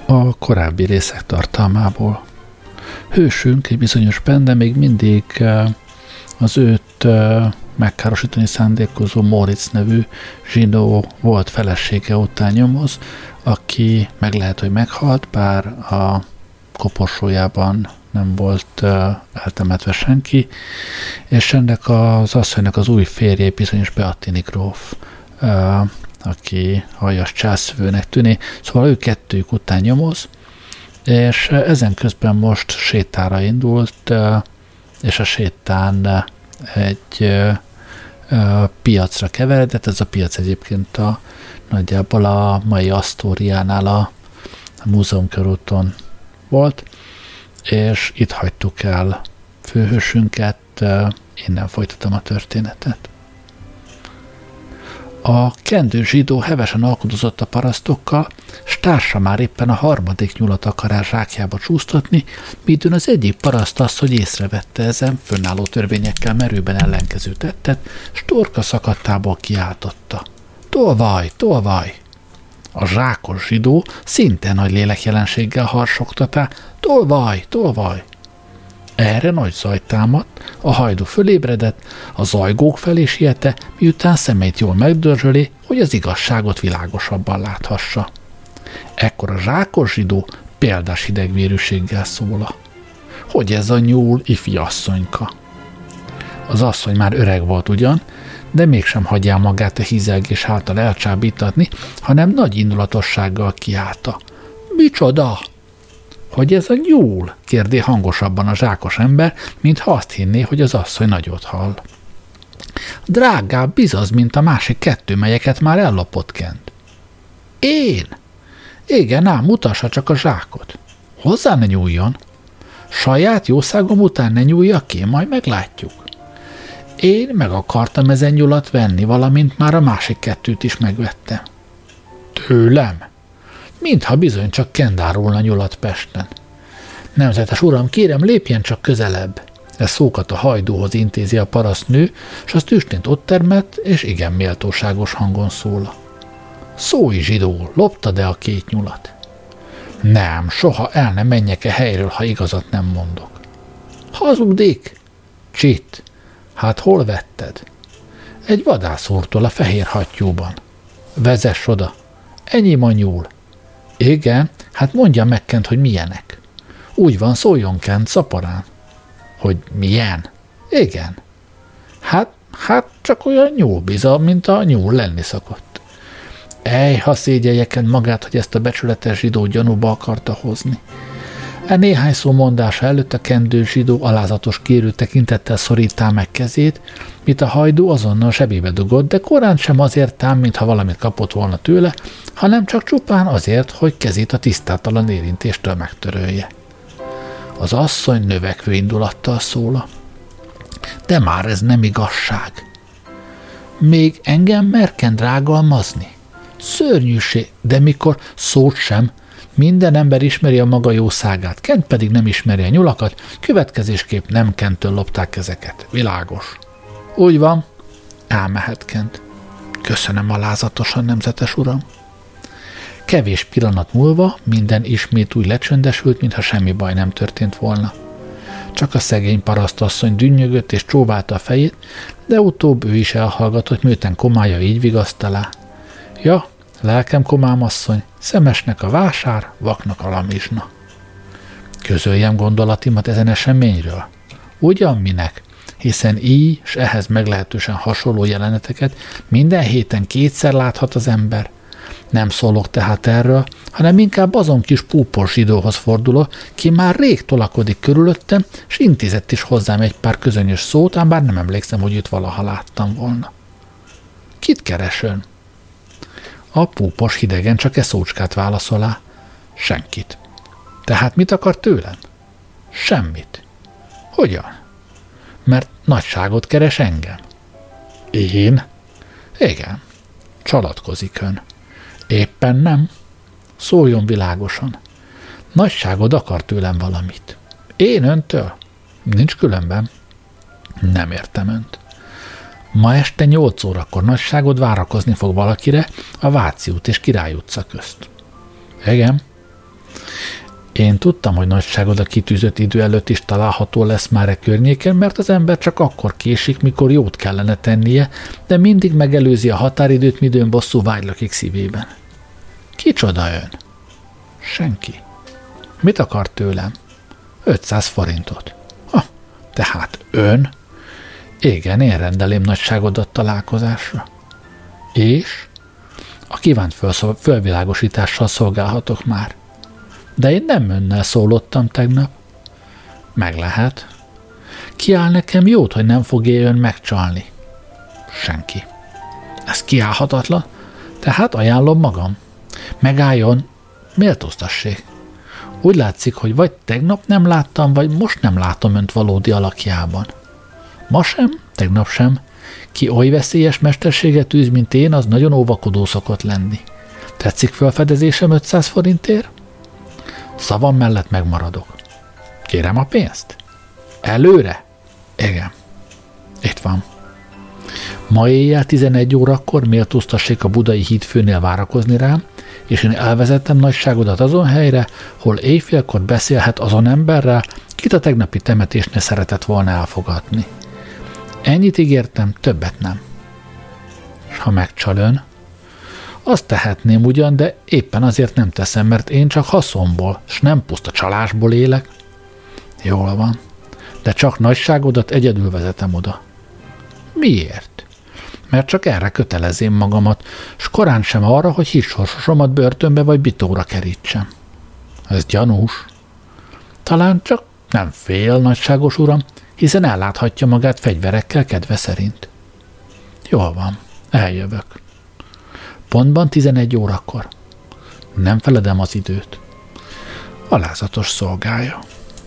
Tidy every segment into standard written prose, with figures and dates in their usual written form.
A korábbi részek tartalmából. Hősünk, egy bizonyos Bende még mindig az őt megkárosítani szándékozó Moritz nevű zsidó volt felesége után nyomoz, aki meg lehet, hogy meghalt, bár a koporsójában nem volt eltemetve senki, és ennek az asszonynak az új férje bizonyos Beattini gróf, aki aljas császszövőnek tűnik, szóval ő kettőjük után nyomoz, és ezen közben most sétára indult, és a sétán egy piacra keveredett. Ez a piac egyébként nagyjából a mai Asztóriánál a múzeumkörúton volt, és itt hagytuk el főhősünket, innen folytatom a történetet. A kendő zsidó hevesen alkudozott a parasztokkal, s társa már éppen a harmadik nyulat akar el zsákjába csúsztatni, midőn az egyik parasztasszony észrevette ezen fönnálló törvényekkel merőben ellenkező tettet, s torka szakadtából kiáltotta. Tolvaj, tolvaj! A zsákos zsidó szinte nagy lélekjelenséggel harsogtatá, tolvaj, tolvaj! Erre nagy zaj támadt, a hajdu fölébredett, a zajgók felé siette, miután szemét jól megdörzsöli, hogy az igazságot világosabban láthassa. Ekkor a zsákos zsidó példás hidegvérűséggel szóla. Hogy ez a nyúl, ifi asszonyka? Az asszony már öreg volt ugyan, de mégsem hagyja el magát a hízelgés által elcsábítatni, hanem nagy indulatossággal kiállta. Micsoda? Hogy ez a nyúl? Kérdé hangosabban a zsákos ember, mintha azt hinné, hogy az asszony nagyot hall. Drágább bizaz, mint a másik kettő, melyeket már ellopott kent. Én? Igen, ám, mutassa csak a zsákot. Hozzá ne nyúljon. Saját jószágom után ne nyúljak ki, majd meglátjuk. Én meg akartam ezen nyulat venni, valamint már a másik kettőt is megvettem. Tőlem? Mintha bizony csak kendárulna nyulat Pesten. Nemzetes uram, kérem, lépjen csak közelebb. Ez szókat a hajdúhoz intézi a parasztnő, s az tüstént ott termett, és igen méltóságos hangon szól. Szólj, zsidó, loptad-e a két nyulat? Nem, soha el nem menjek-e helyről, ha igazat nem mondok. Hazudik? Csit. Hát hol vetted? Egy vadászúrtól a fehér hattyúban. Vezess oda. Enyém a nyúl. Igen, hát mondja meg Kent, hogy milyenek. Úgy van, szóljon Kent, szaporán. Hogy milyen? Igen. Hát csak olyan nyúlbiza, mint a nyúl lenni szokott. Ha szégyelje Kent magát, hogy ezt a becsületes zsidó gyanúba akarta hozni. Néhány szó mondása előtt a kendő zsidó alázatos kérő tekintettel szorítá meg kezét, mint a hajdú azonnal zsebébe dugott, de korán sem azért ám, mintha valamit kapott volna tőle, hanem csak csupán azért, hogy kezét a tisztátalan érintéstől megtörölje. Az asszony növekvő indulattal szóla. De már ez nem igazság. Még engem merken rágalmazni? Szörnyűség, de mikor szót sem. Minden ember ismeri a maga jószágát, Kent pedig nem ismeri a nyulakat, következésképp nem Kenttől lopták ezeket. Világos. Úgy van, elmehet Kent. Köszönöm alázatosan, nemzetes uram. Kevés pillanat múlva minden ismét úgy lecsöndesült, mintha semmi baj nem történt volna. Csak a szegény parasztasszony dünnyögött és csóválta a fejét, de utóbb ő is elhallgatott, miután komája így vigasztalá. Ja, lelkem komám asszony, szemesnek a vásár, vaknak a lamizsna. Közöljem gondolatimat ezen eseményről? Ugyan minek, hiszen így s ehhez meglehetősen hasonló jeleneteket minden héten kétszer láthat az ember. Nem szólok tehát erről, hanem inkább azon kis púpos zsidóhoz fordulok, ki már rég tolakodik körülöttem, s intézett is hozzám egy pár közönyös szót, ám bár nem emlékszem, hogy őt valaha láttam volna. Kit keres ön? A púpos hidegen csak szócskát válaszolá. Senkit. Tehát mit akar tőlem? Semmit. Hogyan? Mert nagyságot keres engem. Én? Igen. Csalatkozik ön. Éppen nem. Szóljon világosan. Nagyságod akar tőlem valamit. Én öntől? Nincs különben. Nem értem önt. Ma este 8 órakor nagyságod várakozni fog valakire a Váci út és Király utca közt. Igen. Én tudtam, hogy nagyságod a kitűzött idő előtt is található lesz már e környéken, mert az ember csak akkor késik, mikor jót kellene tennie, de mindig megelőzi a határidőt, midőn bosszú vágy lakik szívében. Kicsoda ön? Senki. Mit akar tőlem? 500 forintot. Tehát ön? Igen, én rendelém nagyságodat találkozásra. És? A kívánt fölvilágosítással szolgálhatok már. De én nem önnel szólottam tegnap. Meg lehet. Kiáll nekem jót, hogy nem fogja ön megcsalni? Senki. Ez kiállhatatlan, tehát ajánlom magam. Megálljon, méltóztassék. Úgy látszik, hogy vagy tegnap nem láttam, vagy most nem látom önt valódi alakjában. Ma sem, tegnap sem. Ki oly veszélyes mesterséget űz, mint én, az nagyon óvakodó szokott lenni. Tetszik felfedezésem 500 forintért? Szavam mellett megmaradok. Kérem a pénzt? Előre? Igen. Itt van. Ma éjjel 11 órakor méltóztassék a Budai hídfőnél várakozni rám, és én elvezettem nagyságodat azon helyre, hol éjfélkor beszélhet azon emberrel, kit a tegnapi temetésnél szeretett volna elfogadni. Ennyit ígértem, többet nem. És ha megcsal ön? Azt tehetném ugyan, de éppen azért nem teszem, mert én csak haszonból, s nem puszta csalásból élek. Jól van, de csak nagyságodat egyedül vezetem oda. Miért? Mert csak erre kötelezém magamat, s korán sem arra, hogy hírsorsosomat börtönbe vagy bitóra kerítsem. Ez gyanús. Talán csak nem fél, nagyságos uram, hiszen elláthatja magát fegyverekkel kedve szerint. Jól van, eljövök. Pontban 11 órakor. Nem feledem az időt. Alázatos szolgája.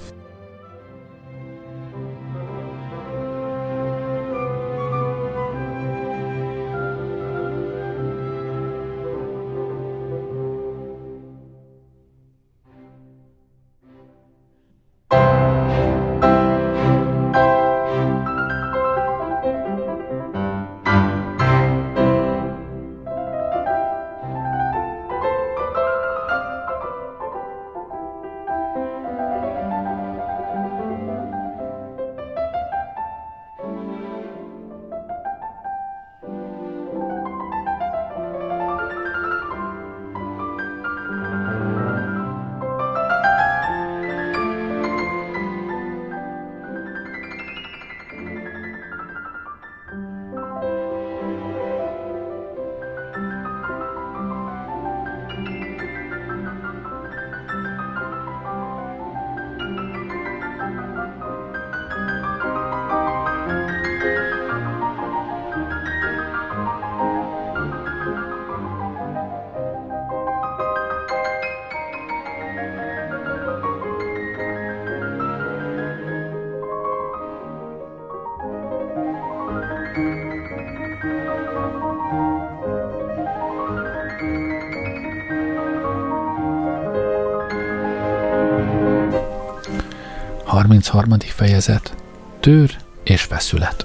Harminc. fejezet. Tőr és feszület.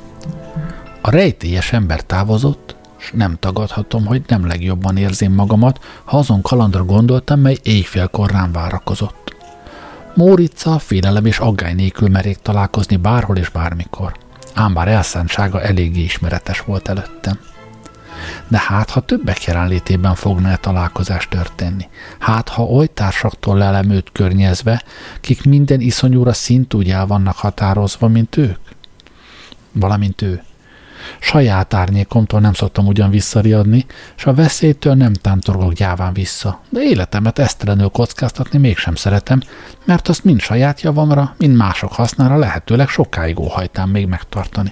A rejtélyes ember távozott, s nem tagadhatom, hogy nem legjobban érzém magamat, ha azon kalandra gondoltam, mely éjfélkor rám várakozott. Móriczal félelem és aggály nélkül merék találkozni bárhol és bármikor, ám bár elszántsága eléggé ismeretes volt előttem. De hát, ha többek jelenlétében fogna találkozás történni, hát, ha oly társaktól lelem őt környezve, kik minden iszonyúra szintúgy el vannak határozva, mint ők? Valamint ő. Saját árnyékomtól nem szoktam ugyan visszariadni, s a veszélytől nem tántorgok gyáván vissza, de életemet esztelenül kockáztatni mégsem szeretem, mert azt mind saját javamra, mind mások hasznára lehetőleg sokáig óhajtám még megtartani.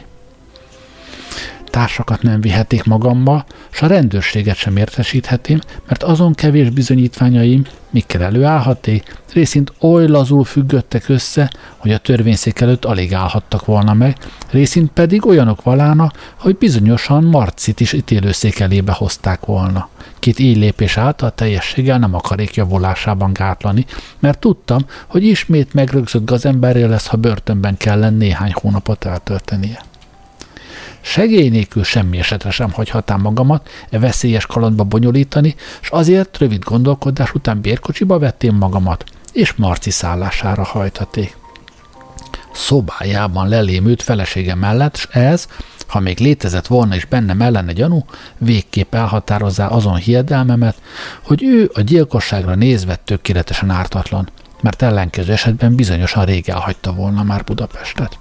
Társakat nem vihetik magammal, s a rendőrséget sem értesíthetém, mert azon kevés bizonyítványaim, mikkel előállhatték, részint oly lazul függöttek össze, hogy a törvényszék előtt alig állhattak volna meg, részint pedig olyanok valána, hogy bizonyosan Marcit is ítélőszék elébe hozták volna. Kit így lépés által teljességgel nem akarék javulásában gátlani, mert tudtam, hogy ismét megrögzött gazemberré lesz, ha börtönben kell néhány hónapot eltöltenie. Segély nélkül semmi esetre sem hagyhatám magamat veszélyes kalandba bonyolítani, és azért rövid gondolkodás után bérkocsiba vettem magamat, és Marci szállására hajtaték. Szobájában lelémült felesége mellett, és ez, ha még létezett volna és bennem ellene gyanú, végképp elhatározzá azon hiedelmemet, hogy ő a gyilkosságra nézve tökéletesen ártatlan, mert ellenkező esetben bizonyosan rég elhagyta volna már Budapestet.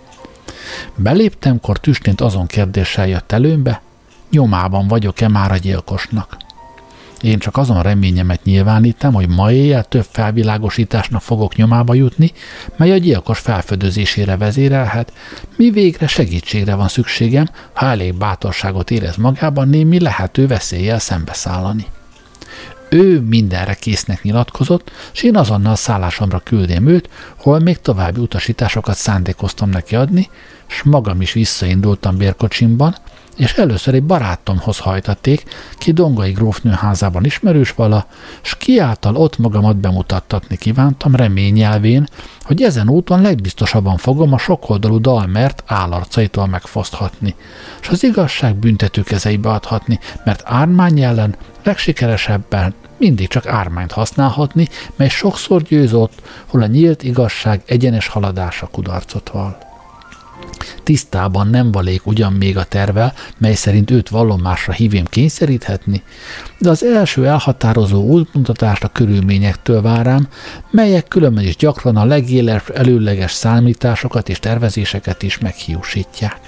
Beléptemkor tüstént azon kérdéssel jött előmbe, nyomában vagyok-e már a gyilkosnak. Én csak azon reményemet nyilvánítem, hogy ma éjjel több felvilágosításnak fogok nyomába jutni, mely a gyilkos felfedezésére vezérelhet, mi végre segítségre van szükségem, ha elég bátorságot érez magában némi lehető veszéllyel szembeszállani. Ő mindenre késznek nyilatkozott, s én azonnal szállásomra küldém őt, hol még további utasításokat szándékoztam neki adni, s magam is visszaindultam bérkocsimban, és először egy barátomhoz hajtatték, ki Dongai grófnő házában ismerős vala, s kiáltal ott magamat bemutattatni kívántam reményelvén, hogy ezen úton legbiztosabban fogom a sokoldalú Dalmert állarcaitól megfoszthatni, s az igazság büntető kezeibe adhatni, mert ármány ellen legsikeresebben mindig csak ármányt használhatni, mely sokszor győzott, hol a nyílt igazság egyenes haladása kudarcot vall. Tisztában nem valék ugyan még a tervvel, mely szerint őt vallomásra hívém kényszeríthetni, de az első elhatározó útmutatást a körülményektől vár rám, melyek különben is gyakran a legéles előleges számításokat és tervezéseket is meghiúsítják.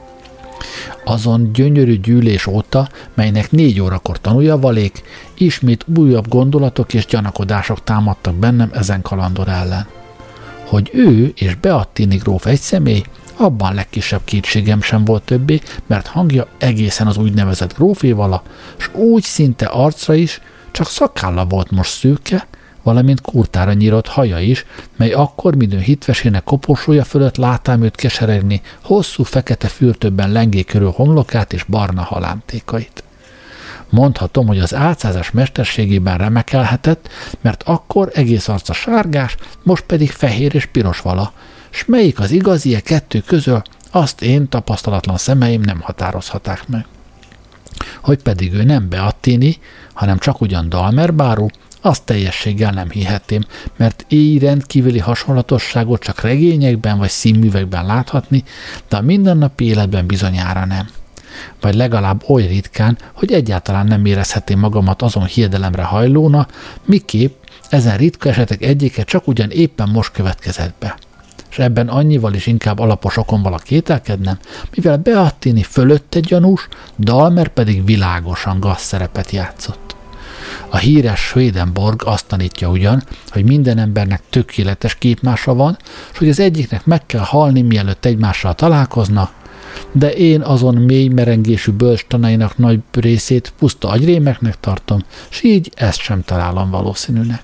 Azon gyönyörű gyűlés óta, melynek 4 órakor tanulja valék, ismét újabb gondolatok és gyanakodások támadtak bennem ezen kalandor ellen. Hogy ő és Beattini gróf egy személy, abban legkisebb kétségem sem volt többé, mert hangja egészen az úgynevezett grófévala, s úgy szinte arcra is, csak szakálla volt most szőke, valamint kurtára nyírott haja is, mely akkor minden hitvesének koporsója fölött látám őt keseregni, hosszú fekete fürtöbben lengé körül homlokát és barna halántékait. Mondhatom, hogy az álcázás mesterségében remekelhetett, mert akkor egész arca sárgás, most pedig fehér és piros vala, s melyik az igazi kettő közül, azt én tapasztalatlan szemeim nem határozhaták meg. Hogy pedig ő nem Beattini, hanem csak ugyan Dalmer báró, azt teljességgel nem hihetném, mert így rendkívüli hasonlatosságot csak regényekben vagy színművekben láthatni, de a mindennapi életben bizonyára nem. Vagy legalább oly ritkán, hogy egyáltalán nem érezhetném magamat azon hiedelemre hajlóna, miképp ezen ritka esetek egyike csak ugyan éppen most következett be. És ebben annyival is inkább alapos okon vala kételkednem, mivel Beattini fölötte gyanús, Dalmer pedig világosan gazszerepet játszott. A híres Swedenborg azt tanítja ugyan, hogy minden embernek tökéletes képmása van, és hogy az egyiknek meg kell halni, mielőtt egymással találkoznak, de én azon mély merengésű bölcs tanainak nagy részét puszta agyrémeknek tartom, s így ezt sem találom valószínűnek.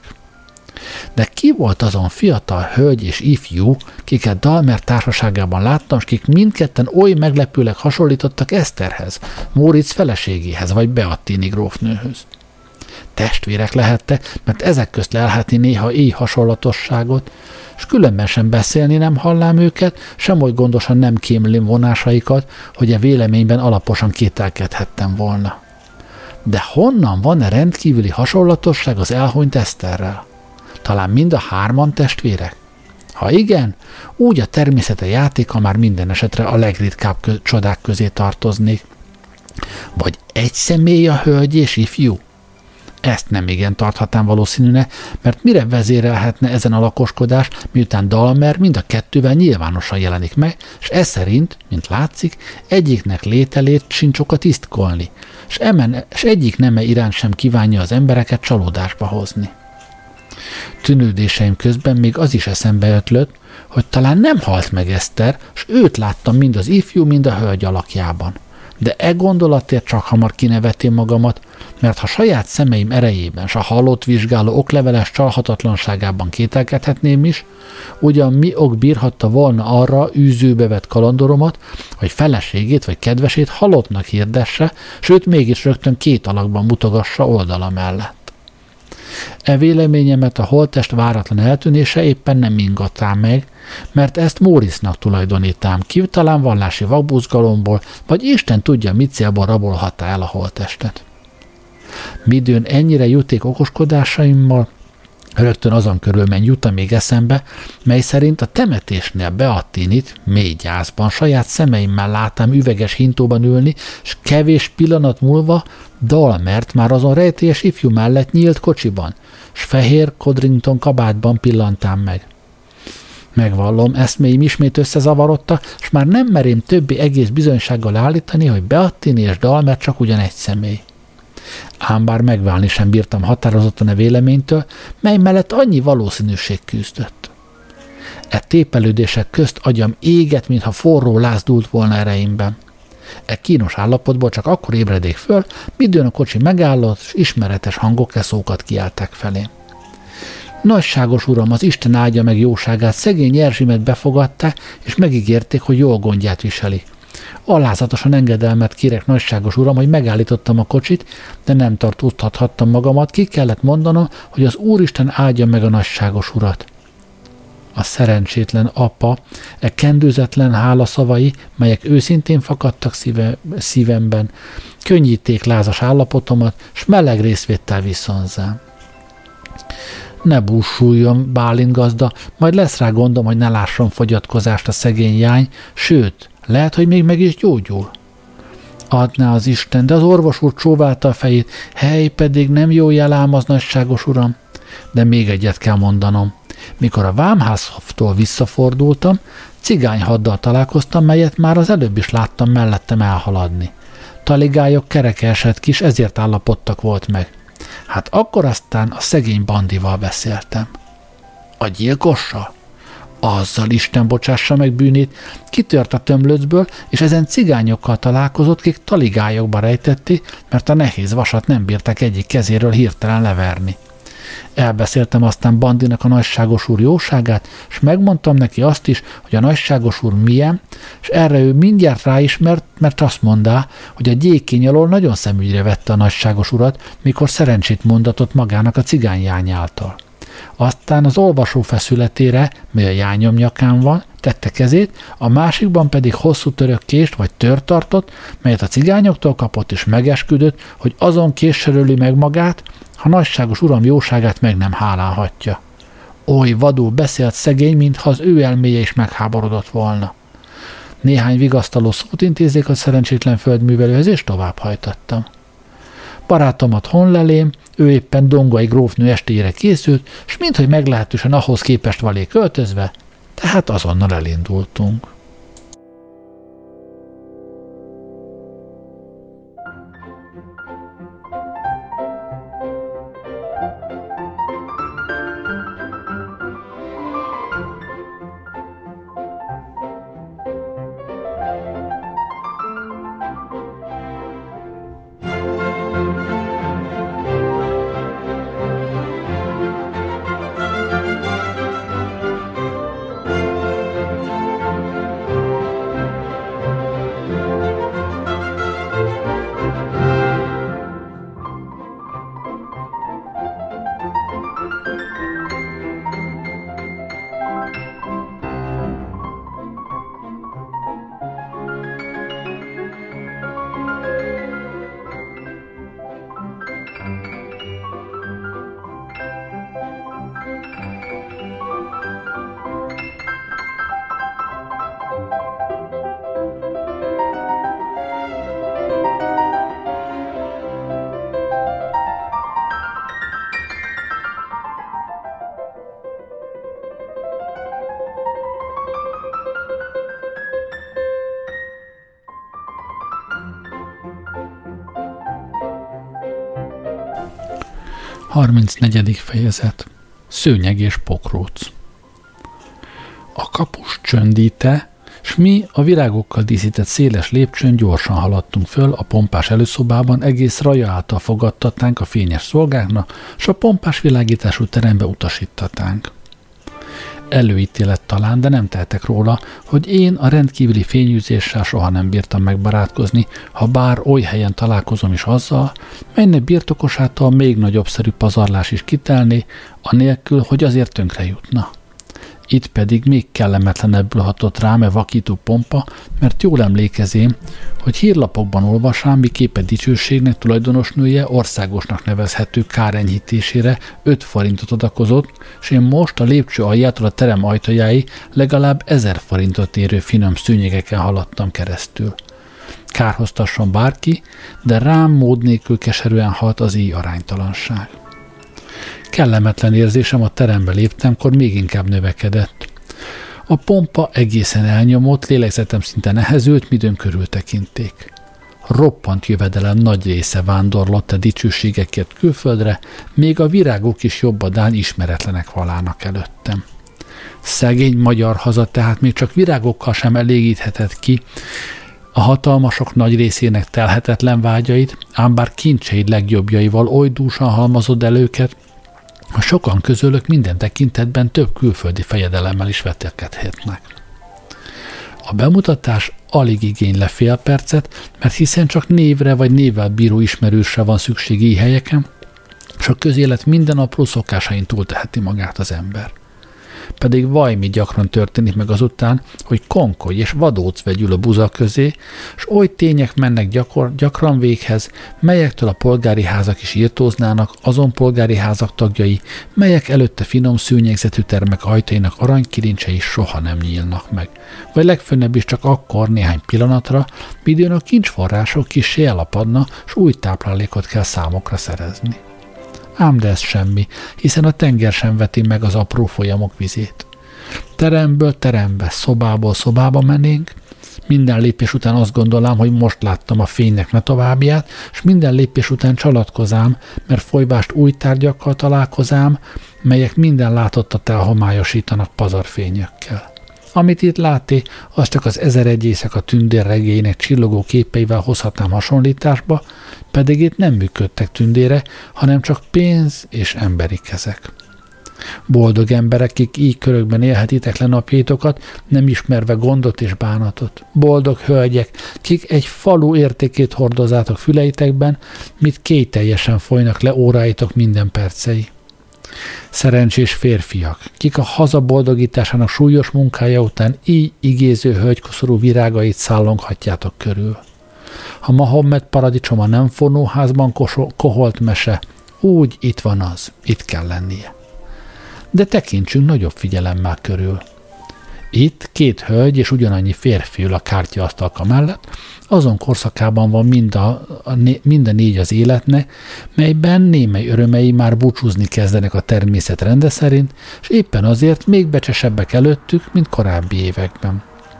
De ki volt azon fiatal hölgy és ifjú, kiket Dalmer társaságában láttam, s kik mindketten oly meglepőleg hasonlítottak Eszterhez, Móricz feleségéhez vagy Beattini grófnőhöz? Testvérek lehettek, mert ezek közt lelhetni néha éj hasonlatosságot, s különben sem beszélni nem hallám őket, sem oly gondosan nem kémlém vonásaikat, hogy a véleményben alaposan kételkedhettem volna. De honnan van-e rendkívüli hasonlatosság az elhunyt Eszterrel? Talán mind a 3 testvérek? Ha igen, úgy a természete játéka már minden esetre a legritkább csodák közé tartoznék. Vagy egy személy a hölgy és ifjú? Ezt nem igen tarthatám valószínűnek, mert mire vezérelhetne ezen a lakoskodás, miután Dalmer mind a 2-vel nyilvánosan jelenik meg, és ez szerint, mint látszik, egyiknek lételét sincs oka tisztkolni, és egyik neme iránt sem kívánja az embereket csalódásba hozni. Tűnődéseim közben még az is eszembe ötlött, hogy talán nem halt meg Eszter, s őt láttam mind az ifjú, mind a hölgy alakjában. De gondolatért csak hamar kinevetém magamat, mert ha saját szemeim erejében s a halott vizsgáló okleveles csalhatatlanságában kételkedhetném is, ugyan mi ok bírhatta volna arra űzőbe vett kalandoromat, hogy feleségét vagy kedvesét halottnak hirdesse, sőt mégis rögtön 2 alakban mutogassa oldala mellett. E véleményemet a holttest váratlan eltűnése éppen nem ingattál meg, mert ezt Móricznak tulajdonítám ki, talán vallási vakbuzgalomból, vagy Isten tudja, mit célból rabolhatta el a holttestet. Midőn ennyire juték okoskodásaimmal, rögtön azon körülmény jut még eszembe, mely szerint a temetésnél Beattinit mély gyászban saját szemeimmel láttam üveges hintóban ülni, s kevés pillanat múlva Dalmert már azon rejtélyes ifjú mellett nyílt kocsiban, s fehér Codrington kabátban pillantám meg. Megvallom, eszméim ismét összezavarodtak, s már nem merém többi egész bizonysággal állítani, hogy Beattini és Dalmert csak ugyan egy személy. Ám bár megválni sem bírtam határozottan a véleménytől, mely mellett annyi valószínűség küzdött. E tépelődések közt agyam égett, mintha forró láz dúlt volna ereimben. E kínos állapotból csak akkor ébredék föl, midőn a kocsi megállott, s ismeretes hangok szókat kiálták felé. Nagyságos uram, az Isten áldja meg jóságát, szegény Erzsimet befogadták, és megígérték, hogy jól gondját viseli. Alázatosan engedelmet kérek, nagyságos uram, hogy megállítottam a kocsit, de nem tartóztathattam magamat, ki kellett mondanom, hogy az Úristen áldja meg a nagyságos urat. A szerencsétlen apa, kendőzetlen hálaszavai, melyek őszintén fakadtak szívemben, könnyíték lázas állapotomat, s meleg részvéttel viszonzám. Ne búsuljon, Bálint gazda, majd lesz rá gondom, hogy ne lásson fogyatkozást a szegény jány, sőt, lehet, hogy még meg is gyógyul. Adná az Isten, de az orvos úr csóválta a fejét, hely pedig nem jó jel ám az nagyságos uram. De még egyet kell mondanom. Mikor a vámháztól visszafordultam, cigányhaddal találkoztam, melyet már az előbb is láttam mellettem elhaladni. Taligályok kereke esett ki, s ezért állapodtak volt meg. Hát akkor aztán a szegény bandival beszéltem. A gyilkossal? Azzal Isten bocsássa meg bűnét, kitört a tömlöcből, és ezen cigányokkal találkozott, kik taligályokba rejtették, mert a nehéz vasat nem bírták egyik kezéről hirtelen leverni. Elbeszéltem aztán Bandinak a nagyságos úr jóságát, és megmondtam neki azt is, hogy a nagyságos úr milyen, és erre ő mindjárt ráismert, mert azt mondá, hogy a gyékény alól nagyon szemügyre vette a nagyságos urat, mikor szerencsét mondatott magának a cigányjány által. Aztán az olvasó feszületére, mely a jányom nyakán van, tette kezét, a másikban pedig hosszú török kést vagy tört tartott, melyet a cigányoktól kapott, és megesküdött, hogy azon késsel öli meg magát, ha nagyságos uram jóságát meg nem hálálhatja. Oly vadul beszélt szegény, mintha az ő elméje is megháborodott volna. Néhány vigasztaló szót intézzék a szerencsétlen földművelőhez, és tovább hajtattam. Barátomat honlelém, ő éppen Dongai grófnő estére készült, s minthogy meglehetősen ahhoz képest valé költözve, tehát azonnal elindultunk. Harmincnegyedik fejezet. Szőnyeg és pokróc. A kapus csöndíte, s mi a virágokkal díszített széles lépcsőn gyorsan haladtunk föl a pompás előszobában, egész raja által fogadtatnánk a fényes szolgáknak, s a pompás világítású terembe utasítatánk. Előítélet talán, de nem tehetek róla, hogy én a rendkívüli fényűzéssel soha nem bírtam megbarátkozni, ha bár oly helyen találkozom is azzal, melynek birtokosától még nagyobb szerű pazarlás is kitelné, anélkül, hogy azért tönkre jutna. Itt pedig még kellemetlenebbül hatott rám vakító pompa, mert jól emlékezém, hogy hírlapokban olvasám, miképp egy dicsőségnek tulajdonosnője országosnak nevezhető kár enyhítésére 5 forintot adakozott, és én most a lépcső aljától a terem ajtajáig legalább 1000 forintot érő finom szőnyegeken haladtam keresztül. Kárhoztasson bárki, de rám mód nélkül keserűen hat az íj aránytalanság. Kellemetlen érzésem a terembe léptemkor még inkább növekedett. A pompa egészen elnyomott, lélegzetem szinte nehezült, midőn körültekinték. Roppant jövedelem nagy része vándorlott a dicsőségekért külföldre, még a virágok is jobbadán ismeretlenek valának előttem. Szegény magyar haza tehát még csak virágokkal sem elégíthetett ki a hatalmasok nagy részének telhetetlen vágyait, ám bár kincseid legjobbjaival oly dúsan halmozod el őket, a sokan közülük minden tekintetben több külföldi fejedelemmel is vetélkedhetnek. A bemutatás alig igényle fél percet, mert hiszen csak névre vagy névvel bíró ismerősre van szükség így helyeken, és a közélet minden apró szokásain túlteheti magát az ember. Pedig vajmi gyakran történik meg azután, hogy konkoly és vadóc vegyül a buza közé, s oly tények mennek gyakran véghez, melyektől a polgári házak is írtóznának, azon polgári házak tagjai, melyek előtte finom szőnyegzetű termek ajtainak aranykilincsei soha nem nyílnak meg, vagy legfőnebb is csak akkor néhány pillanatra, midőn a kincsforrások kissé elapadna, s új táplálékot kell számokra szerezni. Ám de ez semmi, hiszen a tenger sem veti meg az apró folyamok vizét. Teremből terembe, szobából szobába mennénk, minden lépés után azt gondolám, hogy most láttam a fénynek ne továbbját, és minden lépés után csalatkozám, mert folyvást új tárgyakkal találkozám, melyek minden látottat elhomályosítanak pazarfényökkel. Amit itt láté, az csak az 1001 éjszaka tündérregénynek csillogó képeivel hozhatnám hasonlításba, pedig itt nem működtek tündére, hanem csak pénz és emberi kezek. Boldog emberek, kik így körökben élhetitek le napjaitokat, nem ismerve gondot és bánatot. Boldog hölgyek, kik egy falu értékét hordozátok füleitekben, mit kételjesen folynak le óráitok minden percei. Szerencsés férfiak, kik a haza boldogításának súlyos munkája után így igéző hölgykoszorú virágait szállonghatjátok körül. Ha Mahomet paradicsoma nem fornóházban koholt mese, úgy itt van az, itt kell lennie. De tekintsünk nagyobb figyelemmel körül. Itt 2 hölgy és ugyanannyi férfi ül a kártyaasztalka mellett, azon korszakában van mind a 4 az életnek, melyben némely örömei már búcsúzni kezdenek a természet rende szerint, és éppen azért még becsesebbek előttük, mint korábbi években.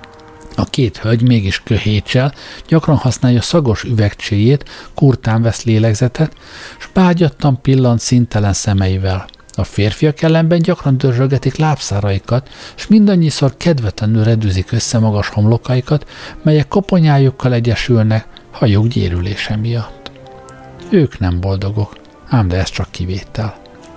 A 2 hölgy mégis köhétsel, gyakran használja szagos üvegcséjét, kurtán vesz lélegzetet, s bágyattan pillant színtelen szemeivel. A férfiak ellenben gyakran dörzsölgetik lábszáraikat, s mindannyiszor kedvetlenül redőzik össze magas homlokaikat, melyek koponyájukkal egyesülnek hajuk gyérülése miatt. Ők nem boldogok, ám de ez csak kivétel.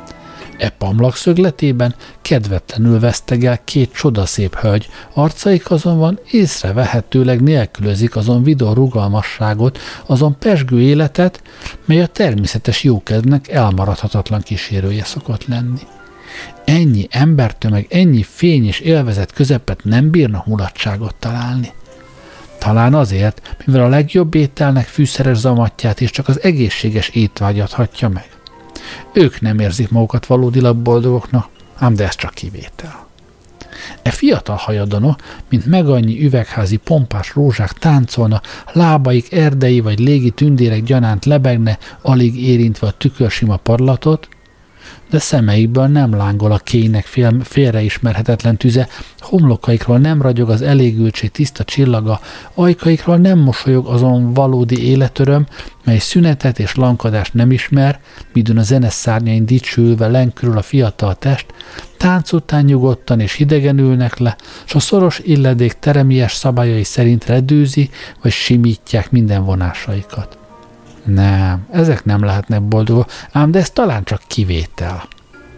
E pamlak szögletében kedvetlenül vesztegel 2 csodaszép hölgy, arcaik azonban észrevehetőleg nélkülözik azon vidor rugalmasságot, azon pezsgő életet, mely a természetes jókedvnek elmaradhatatlan kísérője szokott lenni. Ennyi embertömeg, ennyi fény és élvezet közepet nem bírnak mulatságot találni. Talán azért, mivel a legjobb ételnek fűszeres zamatját és csak az egészséges étvágyat hatja meg. Ők nem érzik magukat valódilag boldogoknak, ám de ez csak kivétel. E fiatal hajadonok, mint megannyi üvegházi pompás rózsák táncolna, lábaik erdei vagy légi tündérek gyanánt lebegne, alig érintve a tükörsima padlatot, de szemeikből nem lángol a kéjnek félreismerhetetlen tüze, homlokaikról nem ragyog az elégültség tiszta csillaga, ajkaikról nem mosolyog azon valódi életöröm, mely szünetet és lankadást nem ismer, midőn a zene szárnyain dicsőülve lenkörül a fiatal test, tánc után nyugodtan és hidegen ülnek le, s a szoros illedék teremies szabályai szerint redőzi, vagy simítják minden vonásaikat. Nem, ezek nem lehetnek boldogok, ám de ez talán csak kivétel.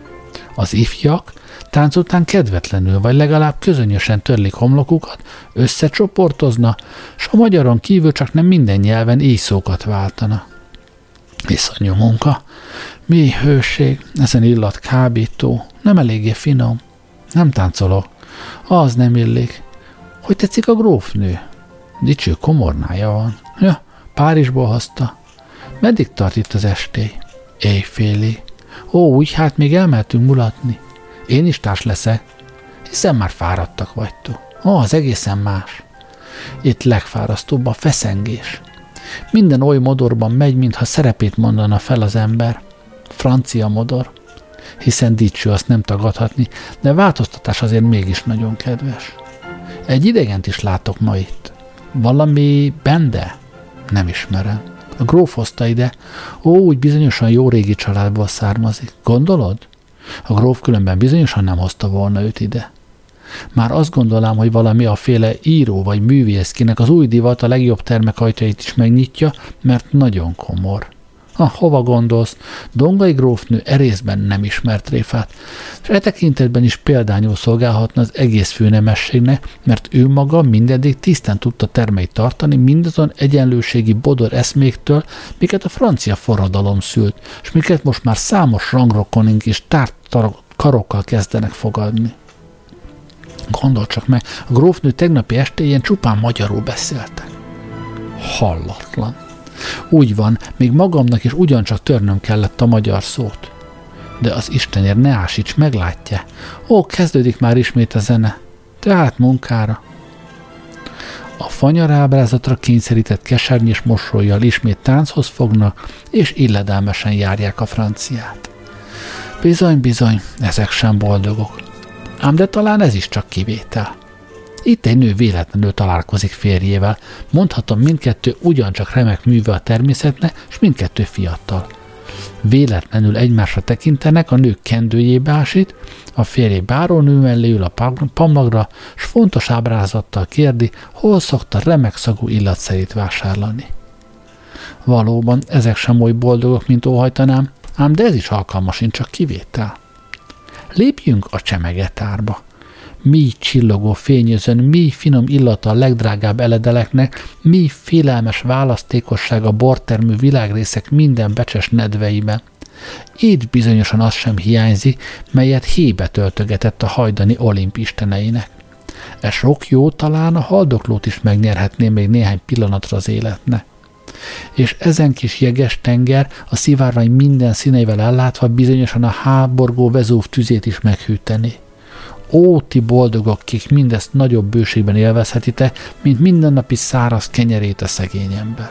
Az ifjak tánc után kedvetlenül, vagy legalább közönösen törlik homlokukat, összecsoportozna, s a magyaron kívül csak nem minden nyelven így szókat váltana. Iszonyú munka, mély hőség, ezen illat kábító, nem eléggé finom. Nem táncolok. Az nem illik. Hogy tetszik a grófnő? Dicső komornája van. Ja, Párizsból hozta. Meddig tart itt az estély? Éjfélig. Ó, úgy hát még elmehetünk mulatni. Én is társ leszek. Hiszen már fáradtak vagytok. Ó, az egészen más. Itt legfárasztóbb a feszengés. Minden oly modorban megy, mintha szerepét mondana fel az ember. Francia modor. Hiszen dicső, azt nem tagadhatni, de változtatás azért mégis nagyon kedves. Egy idegent is látok ma itt. Valami Bende? Nem ismerem. A gróf hozta ide. Ó, úgy bizonyosan jó régi családból származik. Gondolod? A gróf különben bizonyosan nem hozta volna őt ide. Már azt gondolám, hogy valami a féle író vagy művész, kinek az új divat a legjobb termekajtajait is megnyitja, mert nagyon komor. Hova gondolsz? Dongai grófnő erészben nem ismert tréfát, és e tekintetben is példányul szolgálhatna az egész főnemességnek, mert ő maga mindeddig tisztán tudta termeit tartani mindazon egyenlőségi bodor eszméktől, miket a francia forradalom szült, és miket most már számos rangrokonink és tárt karokkal kezdenek fogadni. Gondolj csak meg, a grófnő tegnapi estéjén csupán magyarul beszéltek. Hallatlan. Úgy van, még magamnak is ugyancsak törnöm kellett a magyar szót. De az Istenért ne ásíts, meglátja. Ó, kezdődik már ismét a zene. Tehát munkára. A fanyarábrázatra kényszerített kesernyés mosollyal ismét tánchoz fognak, és illedelmesen járják a franciát. Bizony, bizony, ezek sem boldogok. Ám de talán ez is csak kivétel. Itt egy nő véletlenül találkozik férjével. Mondhatom, mindkettő ugyancsak remek műve a természetnek, és mindkettő fiatal. Véletlenül egymásra tekintenek, a nő kendőjébe ásít, a férje bárónő mellé ül a pamlagra, s fontos ábrázattal kérdi, hol szokta remek szagú illatszerét vásárolni. Valóban, ezek sem oly boldogok, mint óhajtanám, ám de ez is alkalmasint csak kivétel. Lépjünk a csemegetárba. Mi csillogó fényözön, mi finom illata a legdrágább eledeleknek, mi félelmes választékosság a bortermő világrészek minden becses nedveiben. Itt bizonyosan az sem hiányzik, melyet hébe töltögetett a hajdani Olimp isteneinek. E sok jó talán a haldoklót is megnyerhetné még néhány pillanatra az életnek. És ezen kis jeges tenger a szivárvány minden színeivel ellátva bizonyosan a háborgó Vezúv tüzét is meghűteni. Ó, ti boldogok, kik mindezt nagyobb bőségben élvezhetitek, mint mindennapi száraz kenyerét a szegény ember.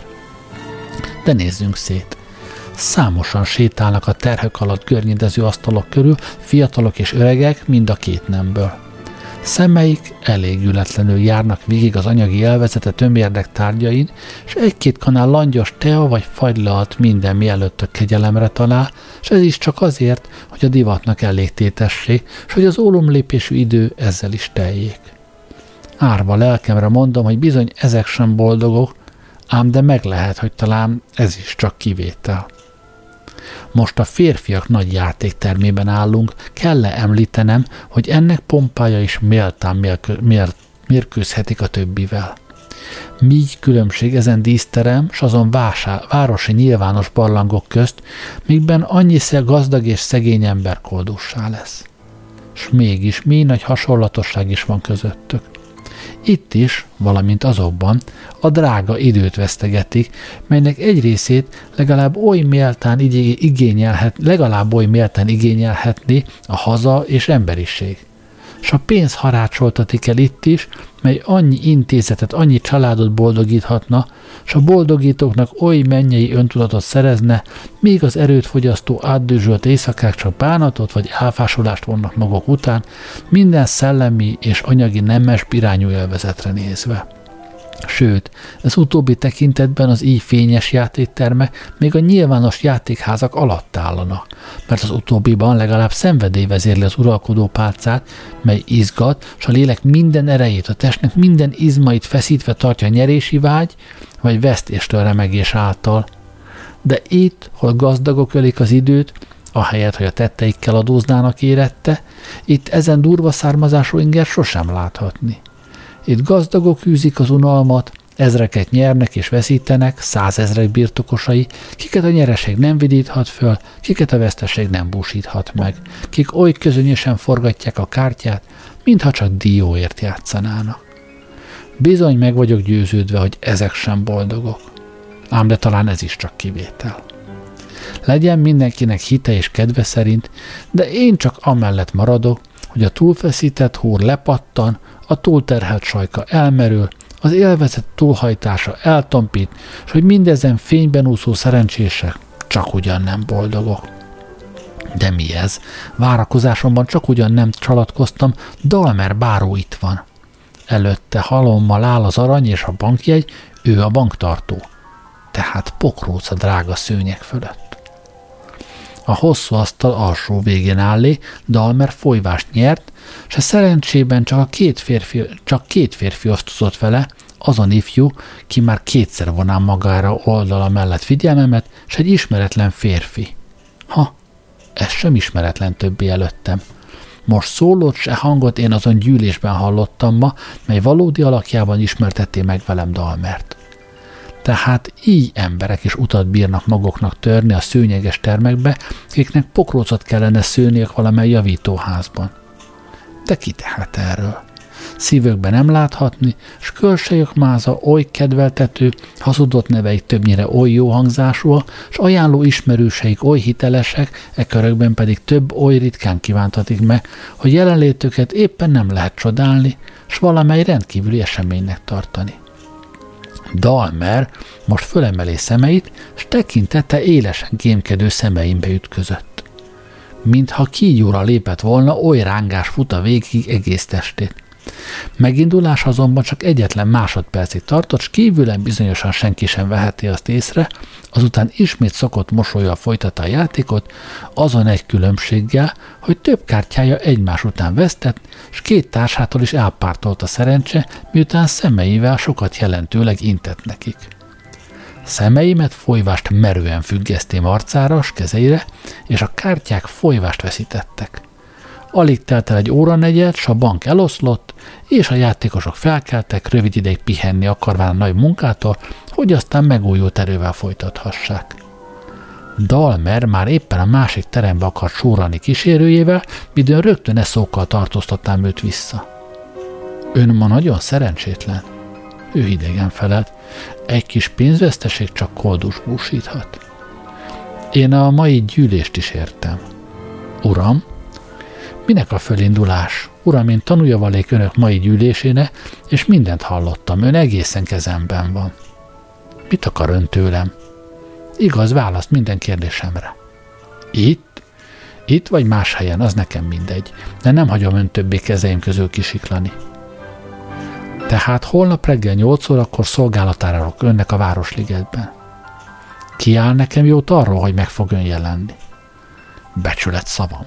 De nézzünk szét. Számosan sétálnak a terhek alatt görnyedező asztalok körül, fiatalok és öregek mind a két nemből. Szemeik elégületlenül járnak végig az anyagi élvezete tömérdek tárgyain, és egy-két kanál langyos tea vagy fagylalt minden mielőtt a kegyelemre talál, és ez is csak azért, hogy a divatnak elég tétessék, és hogy az ólomlépésű idő ezzel is teljék. Árva lelkemre mondom, hogy bizony ezek sem boldogok, ám de meg lehet, hogy talán ez is csak kivétel. Most a férfiak nagy játéktermében állunk, kell-e említenem, hogy ennek pompája is méltán mérkőzhetik a többivel. Míg különbség ezen díszterem, s azon városi nyilvános barlangok közt, mígben annyiszer gazdag és szegény ember koldussá lesz. S mégis mi nagy hasonlatosság is van közöttük. Itt is, valamint azokban, a drága időt vesztegetik, melynek egy részét legalább oly méltán igényelhetni a haza és emberiség. S a pénz harácsoltatik el itt is, mely annyi intézetet, annyi családot boldogíthatna, s a boldogítóknak oly mennyei öntudatot szerezne, míg az erőt fogyasztó átdőzsölt éjszakák csak bánatot vagy elfásulást vonnak maguk után, minden szellemi és anyagi nemes irányú élvezetre nézve. Sőt, ez utóbbi tekintetben az így fényes játéktermek még a nyilvános játékházak alatt állanak, mert az utóbbiban legalább szenvedély vezérli az uralkodó pálcát, mely izgat, s a lélek minden erejét, a testnek minden izmait feszítve tartja a nyerési vágy, vagy vesztéstől remegés által. De itt, hol gazdagok ölik az időt, ahelyett, hogy a tetteikkel adóznának érette, itt ezen durva származású inger sosem láthatni. Itt gazdagok űzik az unalmat, ezreket nyernek és veszítenek, 100 000 birtokosai, kiket a nyereség nem vidíthat föl, kiket a veszteség nem búsíthat meg, kik oly közönösen forgatják a kártyát, mintha csak dióért játszanának. Bizony meg vagyok győződve, hogy ezek sem boldogok. Ám de talán ez is csak kivétel. Legyen mindenkinek hite és kedve szerint, de én csak amellett maradok, hogy a túlfeszített húr lepattan, a túlterhelt sajka elmerül, az élvezet túlhajtása eltompít, és hogy mindezen fényben úszó szerencsések csak ugyan nem boldogok. De mi ez? Várakozásomban csak ugyan nem csalatkoztam, Dalmer báró itt van. Előtte halommal áll az arany és a bankjegy, ő a banktartó. Tehát pokróc a drága szőnyeg fölött. A hosszú asztal alsó végén állé, Dalmer folyvást nyert, és a szerencsében csak két férfi osztozott vele, azon ifjú, ki már kétszer vonám magára oldala mellett figyelmemet, és egy ismeretlen férfi. Ez sem ismeretlen többé előttem. Most szólót se hangot én azon gyűlésben hallottam ma, mely valódi alakjában ismertetté meg velem Dalmert. Tehát így emberek is utat bírnak maguknak törni a szőnyeges termekbe, akiknek pokrócot kellene szőniük valamely javítóházban. De ki tehet erről? Szívükben nem láthatni, s külsejük máza oly kedveltető, hazudott neveik többnyire oly jó hangzásúak, s ajánló ismerőseik oly hitelesek, e körökben pedig több oly ritkán kívántatik meg, hogy jelenlétüket éppen nem lehet csodálni, s valamely rendkívüli eseménynek tartani. Dalmer most fölemeli szemeit, s tekintete élesen kémkedő szemeimbe ütközött. Mintha kígyóra lépett volna, oly rángás fut a végig egész testét. Megindulás azonban csak egyetlen másodpercig tartott, s kívülen bizonyosan senki sem veheti azt észre, azután ismét szokott mosollyal folytatta a játékot, azon egy különbséggel, hogy több kártyája egymás után vesztett, s két társától is elpártolt a szerencse, miután szemeivel sokat jelentőleg intett nekik. Szemeimet folyvást merően függesztém arcára, s kezeire, és a kártyák folyvást veszítettek. Alig telt el egy óranegyed, s a bank eloszlott, és a játékosok felkeltek, rövid ideig pihenni akarván a nagy munkától, hogy aztán megújult erővel folytathassák. Dalmer már éppen a másik terembe akart sórani kísérőjével, midőn rögtön szókkal tartóztatám őt vissza. Ön ma nagyon szerencsétlen. Ő hidegen felelt. Egy kis pénzveszteség csak koldus búsíthat. Én a mai gyűlést is értem. Uram? Minek a fölindulás? Uram, én tanulja valék önök mai gyűlésének, és mindent hallottam. Ön egészen kezemben van. Mit akar ön tőlem? Igaz, választ minden kérdésemre. Itt? Itt vagy más helyen, az nekem mindegy, de nem hagyom ön többé kezeim közül kisiklani. Tehát holnap reggel 8 órakor szolgálatára állok önnek a Városligetben. Kiáll nekem jót arról, hogy meg fog ön jelenni? Becsület szavam.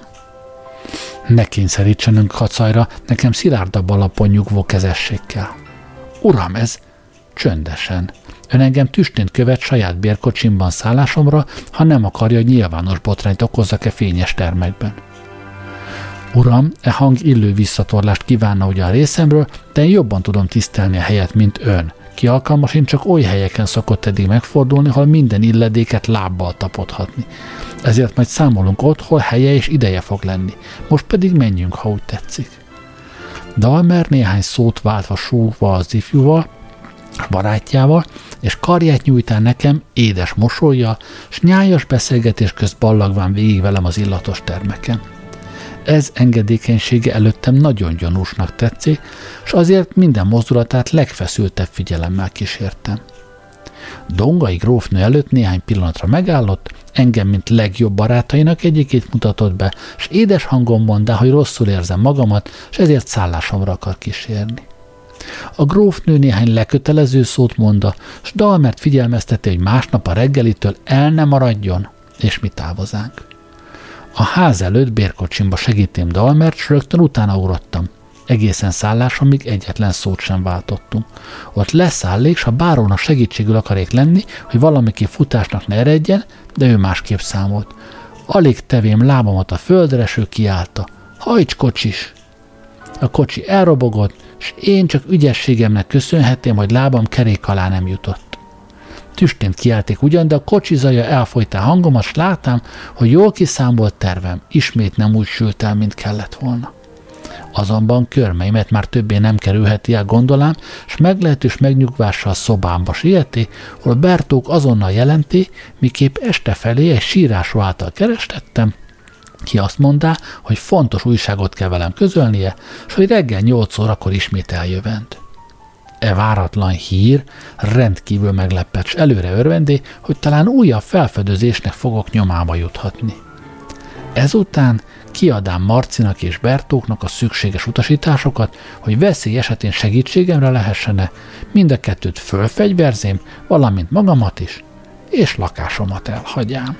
Ne kényszerítsen ön kacajra, nekem szilárdabb alapon nyugvó kezesség kell. Uram, ez csöndesen. Ön engem tüstént követ saját bérkocsimban szállásomra, ha nem akarja, hogy nyilvános botrányt okozzak-e fényes termekben. Uram, e hang illő visszatorlást kívánna ugyan részemről, de én jobban tudom tisztelni a helyet, mint ön. Ki alkalmas, én csak oly helyeken szokott eddig megfordulni, ahol minden illedéket lábbal tapodhatni. Ezért majd számolunk ott, hol helye és ideje fog lenni. Most pedig menjünk, ha úgy tetszik. Dalmer néhány szót váltva súgva az ifjúval, barátjával, és karját nyújtál nekem édes mosollyal, s nyájas beszélgetés közt ballagván végig velem az illatos termeken. Ez engedékenysége előttem nagyon gyanúsnak tetszik, s azért minden mozdulatát legfeszültebb figyelemmel kísértem. Dongai grófnő előtt néhány pillanatra megállott, engem, mint legjobb barátainak egyikét mutatott be, s édes hangon mondta, hogy rosszul érzem magamat, s ezért szállásomra akar kísérni. A grófnő néhány lekötelező szót mondta, s Dalmert figyelmeztette, hogy másnap a reggelitől el ne maradjon, és mi távozánk. A ház előtt bérkocsimba segítém Dalmert, s rögtön utána ugrottam. Egészen szállásomig egyetlen szót sem váltottunk. Ott leszállék, s a bárónak segítségül akarék lenni, hogy valamiki futásnak ne eredjen, de ő másképp számolt. Alig tevém lábamat a földre, s ő kiállta. Hajts, kocsis! A kocsi elrobogott, és én csak ügyességemnek köszönhettem, hogy lábam kerék alá nem jutott. Tüstént kiálték ugyan, de a kocsi zaja elfolytá hangomat, s látám, hogy jól kiszámolt tervem ismét nem úgy sült el, mint kellett volna. Azonban körmeimet már többé nem kerülheti el gondolám, s meglehetős megnyugvással szobámba sieti, hol Bertók azonnal jelenti, miképp este felé egy sírású által kerestettem, ki azt mondta, hogy fontos újságot kell velem közölnie, s hogy reggel 8 órakor ismét eljövend. E váratlan hír rendkívül meglepett, s előre örvendé, hogy talán újabb felfedezésnek fogok nyomába juthatni. Ezután kiadám Marcinak és Bertóknak a szükséges utasításokat, hogy veszély esetén segítségemre lehessene, mind a kettőt fölfegyverzém, valamint magamat is, és lakásomat elhagyám.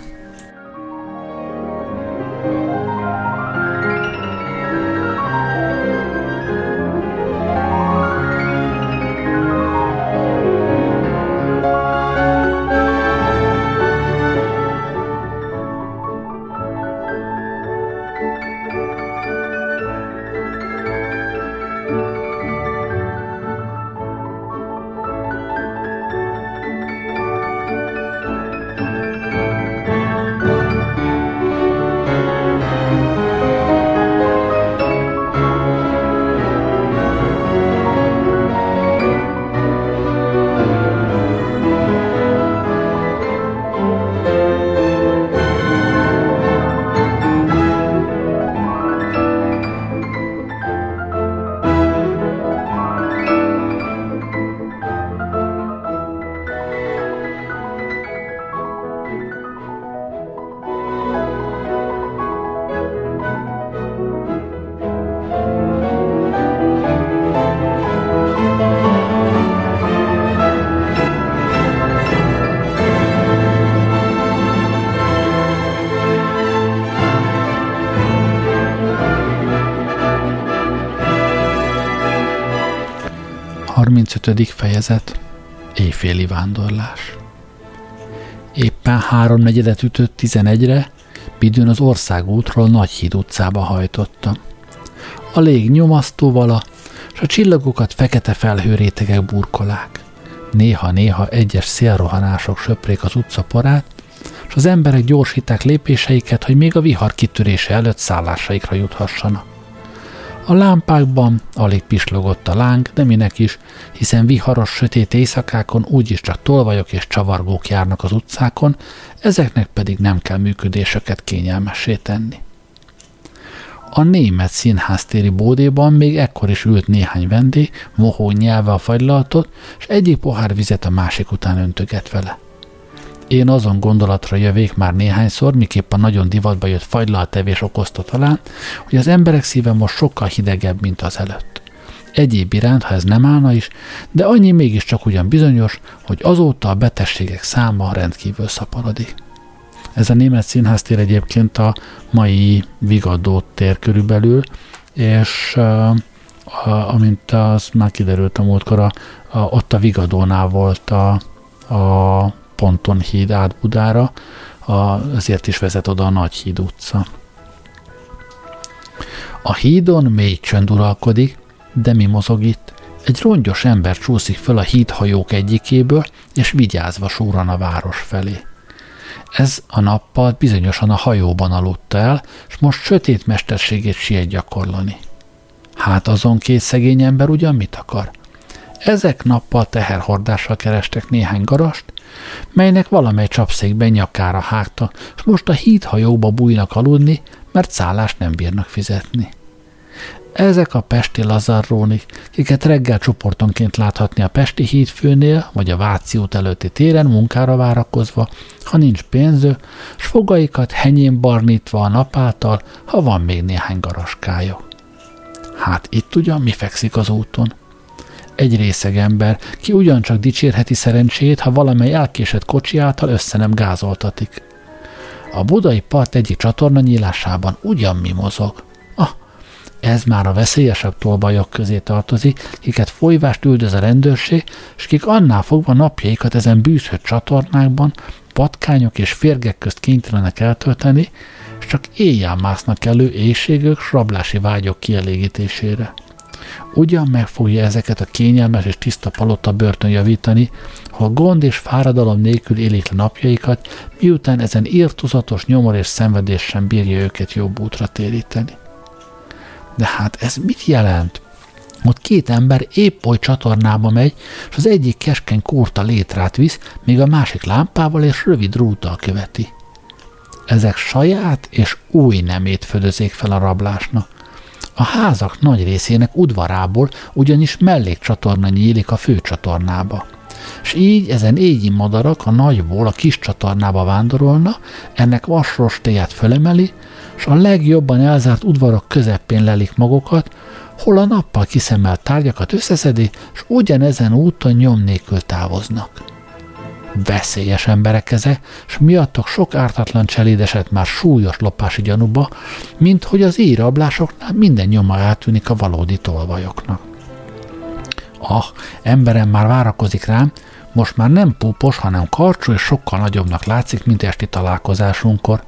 Fejezet. Éjféli vándorlás. Éppen 3/4 ütött 11-re, midőn az országútról Nagyhíd utcába hajtottam. A lég nyomasztóvala, s a csillagokat fekete felhőrétegek burkolák. Néha-néha egyes szélrohanások söprék az utcaporát, s az emberek gyorsíták lépéseiket, hogy még a vihar kitörése előtt szállásaikra juthassanak. A lámpákban alig pislogott a láng, de minek is, hiszen viharos, sötét éjszakákon úgyis csak tolvajok és csavargók járnak az utcákon, ezeknek pedig nem kell működéseket kényelmessé tenni. A német színháztéri bódéban még ekkor is ült néhány vendég, mohó nyelve a fagylaltot, és egyik pohár vizet a másik után öntöget vele. Én azon gondolatra jövék már néhányszor, miképp a nagyon divatba jött fagylaltevés okozta talán, hogy az emberek szíve most sokkal hidegebb, mint az előtt. Egyéb iránt, ha ez nem állna is, de annyi mégiscsak ugyan bizonyos, hogy azóta a betegségek száma rendkívül szaporodik. Ez a német színháztér egyébként a mai Vigadó tér körülbelül, és amint az már kiderült a múltkor, ott a Vigadónál volt a Ponton híd át Budára, azért is vezet oda a Nagyhíd utca. A hídon mély csönd uralkodik, de mi mozog itt? Egy rongyos ember csúszik föl a hídhajók egyikéből, és vigyázva súran a város felé. Ez a nappal bizonyosan a hajóban aludta el, és most sötét mesterségét siet gyakorlani. Hát azon két szegény ember ugyan mit akar? Ezek nappal teherhordással kerestek néhány garast, melynek valamely csapszékben nyakára hágta, és most a hídhajóba bújnak aludni, mert szállást nem bírnak fizetni. Ezek a pesti lazarrónik, kiket reggel csoportonként láthatni a Pesti hídfőnél, vagy a Váci út előtti téren munkára várakozva, ha nincs pénzük, s fogaikat henyén barnítva a nap által, ha van még néhány garaskájuk. Hát itt ugyan mi fekszik az úton? Egy részeg ember, ki ugyancsak dicsérheti szerencsét, ha valamely elkésett kocsi által össze nem gázoltatik. A budai part egyik csatorna nyílásában ugyan mi mozog. Ez már a veszélyesebb tolvajok közé tartozik, kiket folyvást üldöz a rendőrség, és kik annál fogva napjaikat ezen bűzhött csatornákban, patkányok és férgek közt kénytelenek eltölteni, és csak éjjel másznak elő éhségök s rablási vágyok kielégítésére. Ugyan meg fogja ezeket a kényelmes és tiszta palota börtön javítani, hol gond és fáradalom nélkül élik le napjaikat, miután ezen irtózatos nyomor és szenvedés sem bírja őket jobb útra téríteni. De hát ez mit jelent? Ott két ember épp oly csatornába megy, és az egyik keskeny kurta létrát visz, míg a másik lámpával és rövid rúttal követi. Ezek saját és új nemét födözik fel a rablásnak. A házak nagy részének udvarából ugyanis mellékcsatorna nyílik a főcsatornába. És így ezen égyi madarak a nagyból a kis csatornába vándorolna, ennek vasrostéját fölemeli, és a legjobban elzárt udvarok közepén lelik magukat, hol a nappal kiszemelt tárgyakat összeszedi, és ugyanezen úton nyom nélkül távoznak. Veszélyes emberek ezek, s miattok sok ártatlan cseléd esett már súlyos lopási gyanúba, mint hogy az így rablásoknál minden nyoma eltűnik a valódi tolvajoknak. Emberem már várakozik rám, most már nem púpos, hanem karcsú és sokkal nagyobbnak látszik, mint esti találkozásunkkor.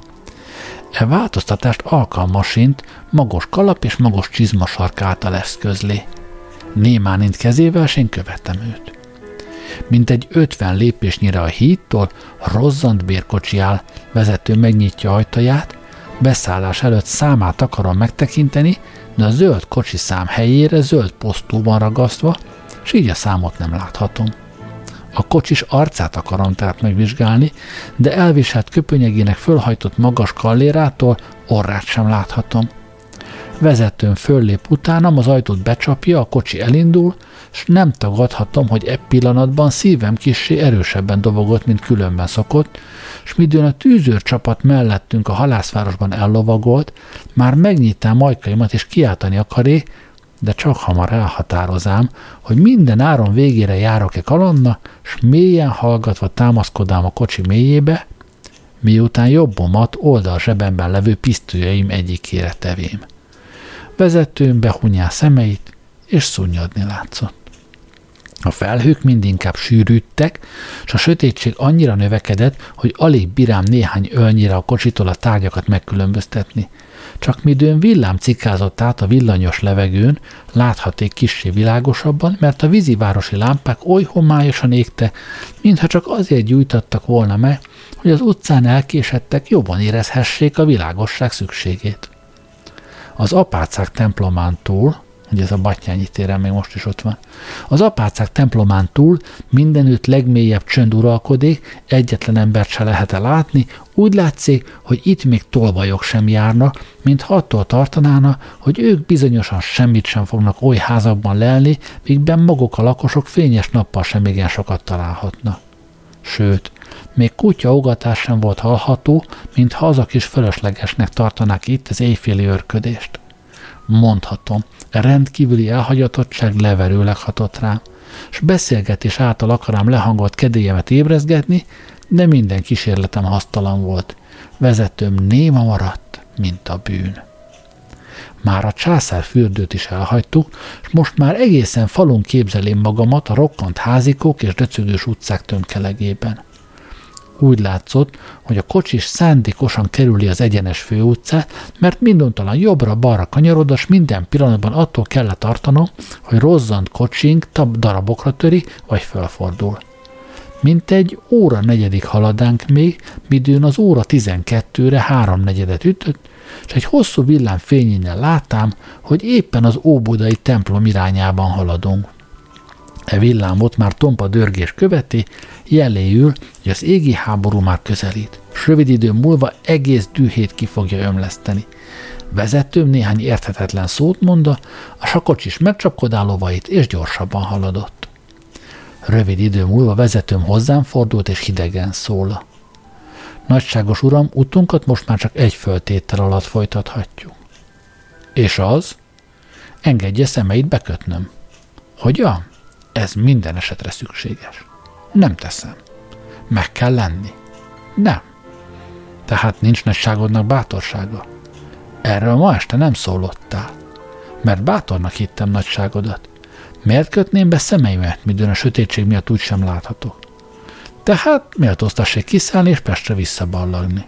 E változtatást alkalmasint magos kalap és magos csizmasark által eszközli. Némán int kezével, s én követem őt. Mint egy 50 lépésnyire a hídtól, rozzant bérkocsi áll, vezető megnyitja ajtaját, beszállás előtt számát akarom megtekinteni, de a zöld kocsi szám helyére zöld posztú van ragasztva, s így a számot nem láthatom. A kocsis arcát akarom tehát megvizsgálni, de elviselt köpönyegének fölhajtott magas kallérától orrát sem láthatom. Vezetőm föllép utánam, az ajtót becsapja, a kocsi elindul, s nem tagadhatom, hogy e pillanatban szívem kissé erősebben dobogott, mint különben szokott, s midőn a tűzőrcsapat mellettünk a halászvárosban ellovagolt, már megnyitám ajkaimat és kiáltani akaré, de csak hamar elhatározám, hogy minden áron végére járok-e kalandnak, s mélyen hallgatva támaszkodám a kocsi mélyébe, miután jobbomat oldal zsebemben levő pisztolyaim egyikére tevém. Vezetőm behunyál szemeit, és szunnyadni látszott. A felhők mindinkább sűrűdtek, s a sötétség annyira növekedett, hogy alig bírám néhány ölnyire a kocsitól a tárgyakat megkülönböztetni. Csak midőn villám cikázott át a villanyos levegőn, láthaték kissé világosabban, mert a vízivárosi lámpák oly homályosan égte, mintha csak azért gyújtattak volna meg, hogy az utcán elkésettek jobban érezhessék a világosság szükségét. Az apácák templomán túl, ugye ez a Battyányi téren még most is ott van, az apácák templomán túl mindenütt legmélyebb csönd uralkodik, egyetlen embert se lehet látni, úgy látszik, hogy itt még tolvajok sem járnak, mintha attól tartanána, hogy ők bizonyosan semmit sem fognak oly házakban lelni, mígben maguk a lakosok fényes nappal sem igen sokat találhatnak. Sőt, még kutyaugatás sem volt hallható, mintha azok is fölöslegesnek tartanák itt az éjféli őrködést. Mondhatom, rendkívüli elhagyatottság leverőleg hatott rám, s beszélgetés által akarám lehangolt kedélyemet ébrezgetni, de minden kísérletem hasztalan volt. Vezetőm néma maradt, mint a bűn. Már a császár fürdőt is elhagytuk, és most már egészen falun képzelém magamat a rokkant házikók és döcögős utcák tömkelegében. Úgy látszott, hogy a kocsis szándékosan kerüli az egyenes főutcát, mert minduntalan jobbra-balra kanyarodas, minden pillanatban attól kellett tartanom, hogy rozzant kocsink darabokra töri, vagy fölfordul. Mintegy óra negyedik haladánk még, midőn az óra 12-re 3/4 ütött, és egy hosszú villám fényénél látám, hogy éppen az óbudai templom irányában haladunk. E villámot már tompa dörgés követi, jeléül, hogy az égi háború már közelít, s rövid idő múlva egész dühét ki fogja ömleszteni. Vezetőm néhány érthetetlen szót mondta, a sakocsis megcsapkodál lovait, és gyorsabban haladott. Rövid idő múlva vezetőm hozzám fordult, és hidegen szóla. Nagyságos uram, utunkat most már csak egy föltétel alatt folytathatjuk. És az? Engedje szemeit bekötnöm. Hogyan? Ez minden esetre szükséges. Nem teszem. Meg kell lenni. Nem. Tehát nincs nagyságodnak bátorsága. Erről ma este nem szólottál. Mert bátornak hittem nagyságodat. Miért kötném be szemeimet, midőn a sötétség miatt úgysem láthatok? Tehát méltóztassék kiszállni és Pestre visszaballagni.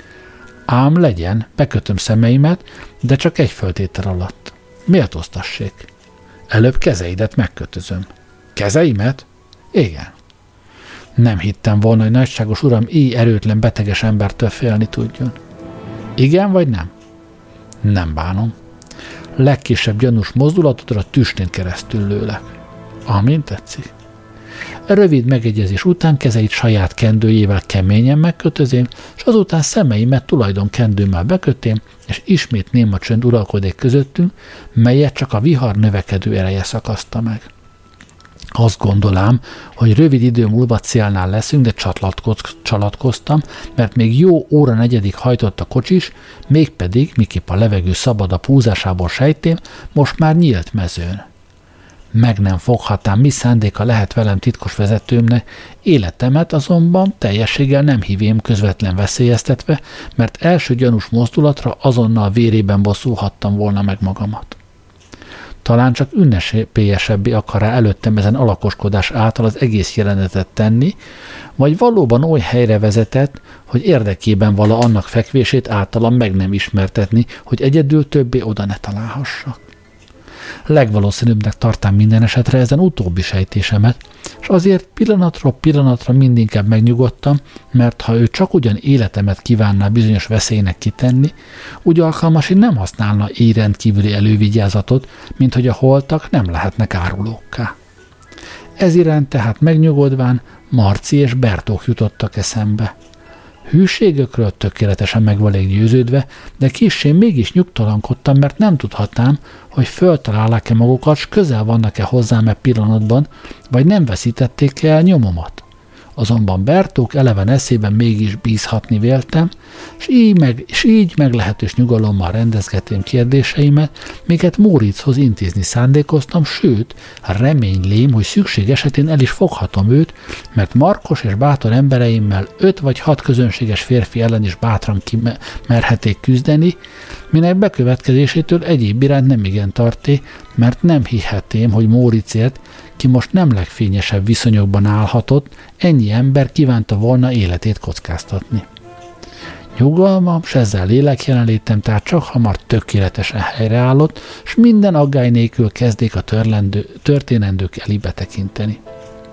Ám legyen, bekötöm szemeimet, de csak egy föltétel alatt. Méltóztassék. Előbb kezeidet megkötözöm. Kezeimet? Igen. Nem hittem volna, hogy nagyságos uram így erőtlen, beteges embertől félni tudjon. Igen vagy nem? Nem bánom. Legkisebb gyanús mozdulatodra tüstén keresztül lőlek. Amint tetszik. Rövid megegyezés után kezeit saját kendőjével keményen megkötözém, és azután szemeimet tulajdon kendőmmel bekötém, és ismét néma csönd uralkodik közöttünk, melyet csak a vihar növekedő ereje szakaszta meg. Azt gondolám, hogy rövid idő múlva célnál leszünk, de csalatkoztam, mert még jó óra negyedik hajtott a kocsis, mégpedig, miképp a levegő szabadabb húzásából sejtém, most már nyílt mezőn. Meg nem foghatám, mi szándéka lehet velem titkos vezetőmnek, életemet azonban teljességgel nem hívém közvetlen veszélyeztetve, mert első gyanús mozdulatra azonnal vérében bosszulhattam volna meg magamat. Talán csak ünnepélyesebbé akar rá előttem ezen alakoskodás által az egész jelenetet tenni, vagy valóban oly helyre vezetett, hogy érdekében vala annak fekvését általam meg nem ismertetni, hogy egyedül többé oda ne találhassak. Legvalószínűbbnek tartám minden esetre ezen utóbbi sejtésemet, és azért pillanatról pillanatra mindinkább megnyugodtam, mert ha ő csak ugyan életemet kívánná bizonyos veszélynek kitenni, úgy alkalmas, hogy nem használna így rendkívüli elővigyázatot, mint hogy a holtak nem lehetnek árulókká. Ez iránt tehát megnyugodván Marci és Bertók jutottak eszembe. Hűségökről tökéletesen meg vagyok győződve, de kissé mégis nyugtalankodtam, mert nem tudhatnám, hogy föltalálják-e magukat, s közel vannak-e hozzám e pillanatban, vagy nem veszítették el nyomomat. Azonban Bertók eleven eszében mégis bízhatni véltem, és így meglehetős nyugalommal rendezgetém kérdéseimet, miket Móriczhoz intézni szándékoztam, sőt, reménylém, hogy szükség esetén el is foghatom őt, mert markos és bátor embereimmel 5 vagy 6 közönséges férfi ellen is bátran kimerheték küzdeni, minek bekövetkezésétől egyéb iránt nem igen tarté, mert nem hihetém, hogy Móriczért, ki most nem legfényesebb viszonyokban állhatott, ennyi ember kívánta volna életét kockáztatni. Nyugalmam, s ezzel lélekjelenlétem tehát csak hamar tökéletesen helyreállott, s minden aggály nélkül kezdék a történendők elébe tekinteni.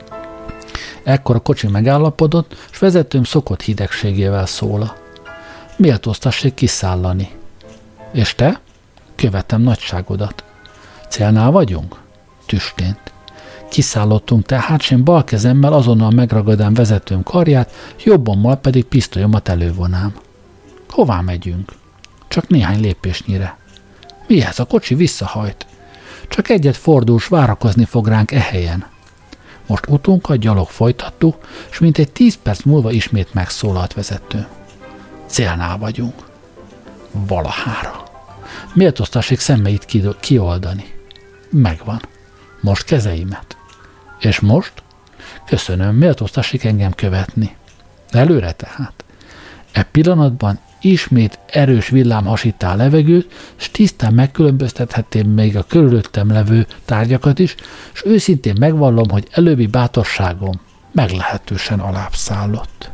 Ekkor a kocsi megállapodott, s vezetőm szokott hidegségével szóla. Méltóztassék kiszállani. És te? Követem nagyságodat. Célnál vagyunk? Tüstént. Kiszállottunk tehát, s én bal kezemmel azonnal megragadám vezetőm karját, jobbommal pedig pisztolyomat elővonám. Hová megyünk? Csak néhány lépésnyire. Mihez? A kocsi visszahajt. Csak egyet fordulós várakozni fog ránk e helyen. Most utunkat gyalog folytattuk, s mintegy 10 perc múlva ismét megszólalt vezető. Célnál vagyunk. Valahára. Méltóztassék szemeit kioldani. Megvan. Most kezeimet. És most? Köszönöm, méltóztassék engem követni. Előre tehát. E pillanatban ismét erős villám hasítá a levegőt, s tisztán megkülönböztethetném még a körülöttem levő tárgyakat is, s őszintén megvallom, hogy előbbi bátorságom meglehetősen alább szállott.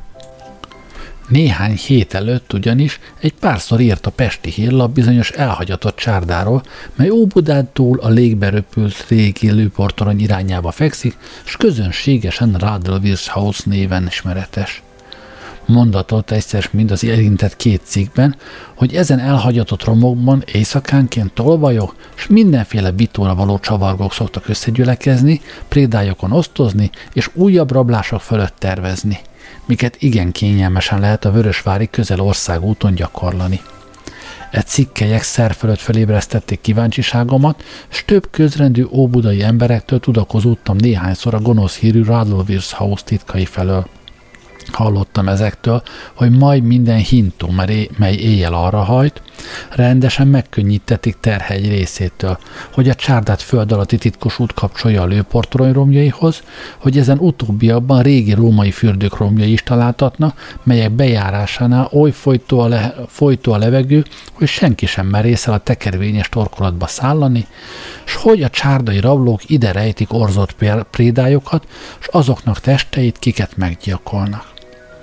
Néhány hét előtt ugyanis egy párszor írt a pesti hírlap bizonyos elhagyatott csárdáról, mely Óbudán túl a légbe röpült régi lőportorony irányába fekszik, s közönségesen Radlwirtshaus néven ismeretes. Mondatott egyszer mind az érintett 2 cikkben, hogy ezen elhagyatott romokban éjszakánként tolvajok, s mindenféle bitóra való csavargók szoktak összegyülekezni, prédályokon osztozni, és újabb rablások fölött tervezni, miket igen kényelmesen lehet a Vörösvári közel országúton gyakorlani. E cikkelyek szer fölött felébresztették kíváncsiságomat, s több közrendű óbudai emberektől tudakozódtam néhányszor a gonosz hírű Radlwirtshaus titkai felől. Hallottam ezektől, hogy majd minden hintó, mely éjjel arra hajt, rendesen megkönnyítették terhe egy részétől, hogy a csárdát föld alatti titkos út kapcsolja a lőportorony romjaihoz, hogy ezen utóbbiakban régi római fürdők romjai is találtatnak, melyek bejárásánál oly folytó a levegő, hogy senki sem merészel a tekervényes torkolatba szállani, s hogy a csárdai rablók ide rejtik orzott prédályokat, s azoknak testeit, kiket meggyilkolnak.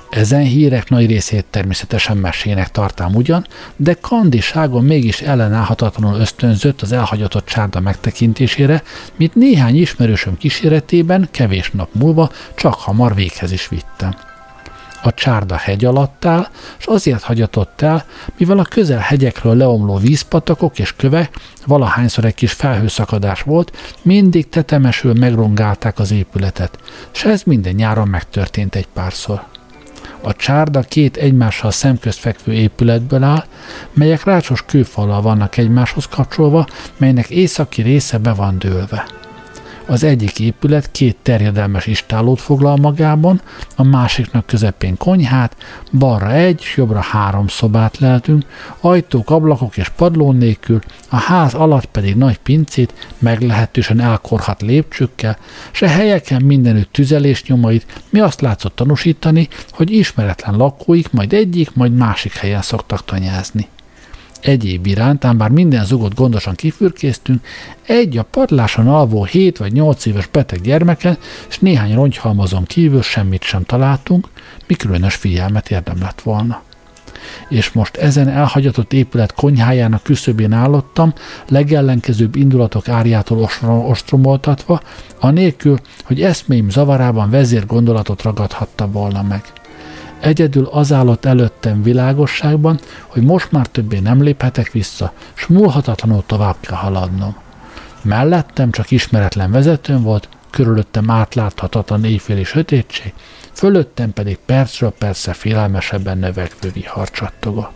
Ezen hírek nagy részét természetesen mesének tartám ugyan, de kandiságon mégis ellenállhatatlanul ösztönzött az elhagyatott csárda megtekintésére, mint néhány ismerősöm kíséretében kevés nap múlva csak hamar véghez is vittem. A csárda hegy alatt áll, és azért hagyatott el, mivel a közel hegyekről leomló vízpatakok és kövek, valahányszor egy kis felhőszakadás volt, mindig tetemesül megrongálták az épületet, és ez minden nyáron megtörtént egy párszor. A csárda 2 egymással szemközt fekvő épületből áll, melyek rácsos kőfallal vannak egymáshoz kapcsolva, melynek északi része be van dőlve. Az egyik épület 2 terjedelmes istállót foglal magában, a másiknak közepén konyhát, balra 1, jobbra 3 szobát leltünk, ajtók, ablakok és padlón nélkül, a ház alatt pedig nagy pincét, meglehetősen elkorhat lépcsőkkel, s a helyeken mindenütt tüzelés nyomait, mi azt látszott tanúsítani, hogy ismeretlen lakóik majd egyik, majd másik helyen szoktak tanyázni. Egyéb iránt, ám bár minden zugot gondosan kifürkésztünk, egy a padláson alvó 7 vagy 8 éves beteg gyermeken és néhány rongyhalmazon kívül semmit sem találtunk, mi különös figyelmet érdemlett volna. És most ezen elhagyatott épület konyhájának küszöbén állottam, legellenkezőbb indulatok árjától ostromoltatva, anélkül, hogy eszméim zavarában vezérgondolatot ragadhatta volna meg. Egyedül az állott előttem világosságban, hogy most már többé nem léphetek vissza, s múlhatatlanul tovább kell haladnom. Mellettem csak ismeretlen vezetőm volt, körülöttem átláthatatlan éjféli sötétség, fölöttem pedig percről percre félelmesebben növekvő vihar csattogott.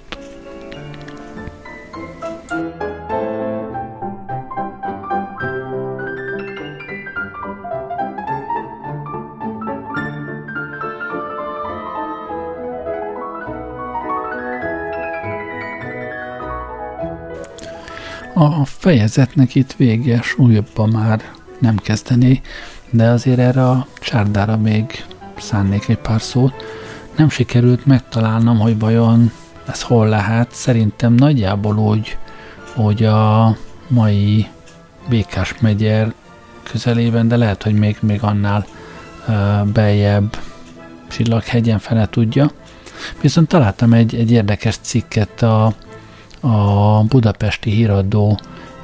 A fejezetnek itt vége, és újabban már nem kezdené, de azért erre a csárdára még szánnék egy pár szót. Nem sikerült megtalálnom, hogy vajon ez hol lehet. Szerintem nagyjából úgy, hogy a mai Békás-megyer közelében, de lehet, hogy még annál beljebb Csillaghegyen fene tudja. Viszont találtam egy érdekes cikket a Budapesti Híradó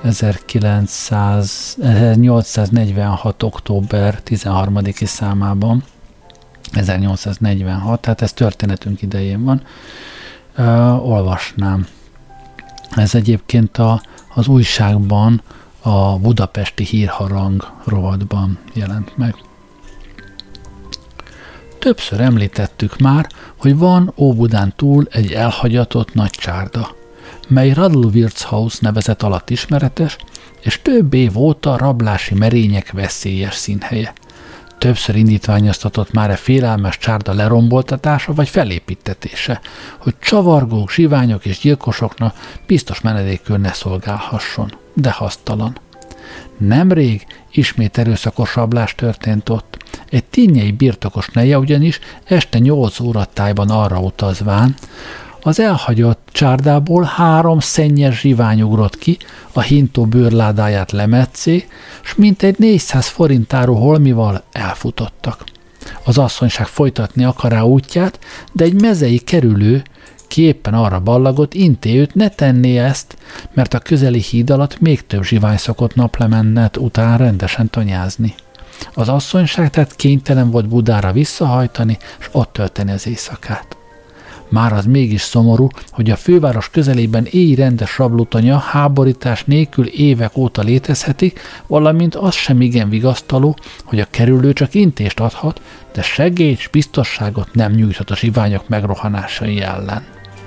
1846. október 13-i számában, 1846, tehát ez történetünk idején van, olvasnám. Ez egyébként az újságban, a Budapesti Hírharang rovatban jelent meg. Többször említettük már, hogy van Óbudán túl egy elhagyatott nagy csárda, mely Radl-Wirtshaus nevezet alatt ismeretes, és több év óta rablási merények veszélyes színhelye. Többször indítványoztatott már félelmes csárda leromboltatása vagy felépítetése, hogy csavargók, zsiványok és gyilkosoknak biztos menedékül ne szolgálhasson, de hasztalan. Nemrég ismét erőszakos rablás történt ott. Egy tinnyei birtokos neje ugyanis este 8 óra tájban arra utazván, az elhagyott csárdából 3 szennyes zsivány ugrott ki, a hintó bőrládáját lemetszé, s mintegy 400 forintárú holmival elfutottak. Az asszonyság folytatni akará útját, de egy mezei kerülő, ki éppen arra ballagott, inté őt ne tenné ezt, mert a közeli híd alatt még több zsivány szokott naplemennet után rendesen tanyázni. Az asszonyság tehát kénytelen volt Budára visszahajtani, és ott tölteni az éjszakát. Már az mégis szomorú, hogy a főváros közelében éj rendes rablótanya háborítás nélkül évek óta létezhetik, valamint az sem igen vigasztaló, hogy a kerülő csak intést adhat, de segélyt és biztosságot nem nyújthat a zsiványok megrohanásai ellen.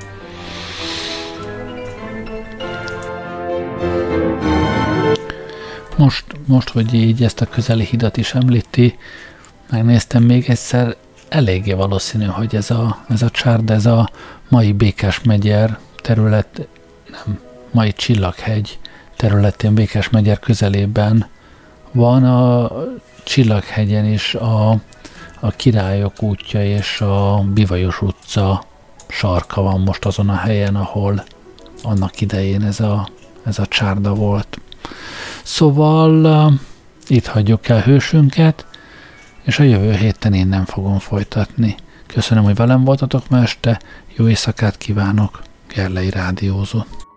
Most, hogy így ezt a közeli hidat is említi, megnéztem még egyszer, eléggé valószínű, hogy ez a csárda, ez a mai Békás-megyer terület, nem, mai Csillaghegy területén Békás-megyer közelében van. A Csillaghegyen is a Királyok útja és a Bivajos utca sarka van most azon a helyen, ahol annak idején ez a csárda volt. Szóval itt hagyjuk el hősünket, és a jövő héten innen fogom folytatni. Köszönöm, hogy velem voltatok ma este, jó éjszakát kívánok, Gerlei rádiózó.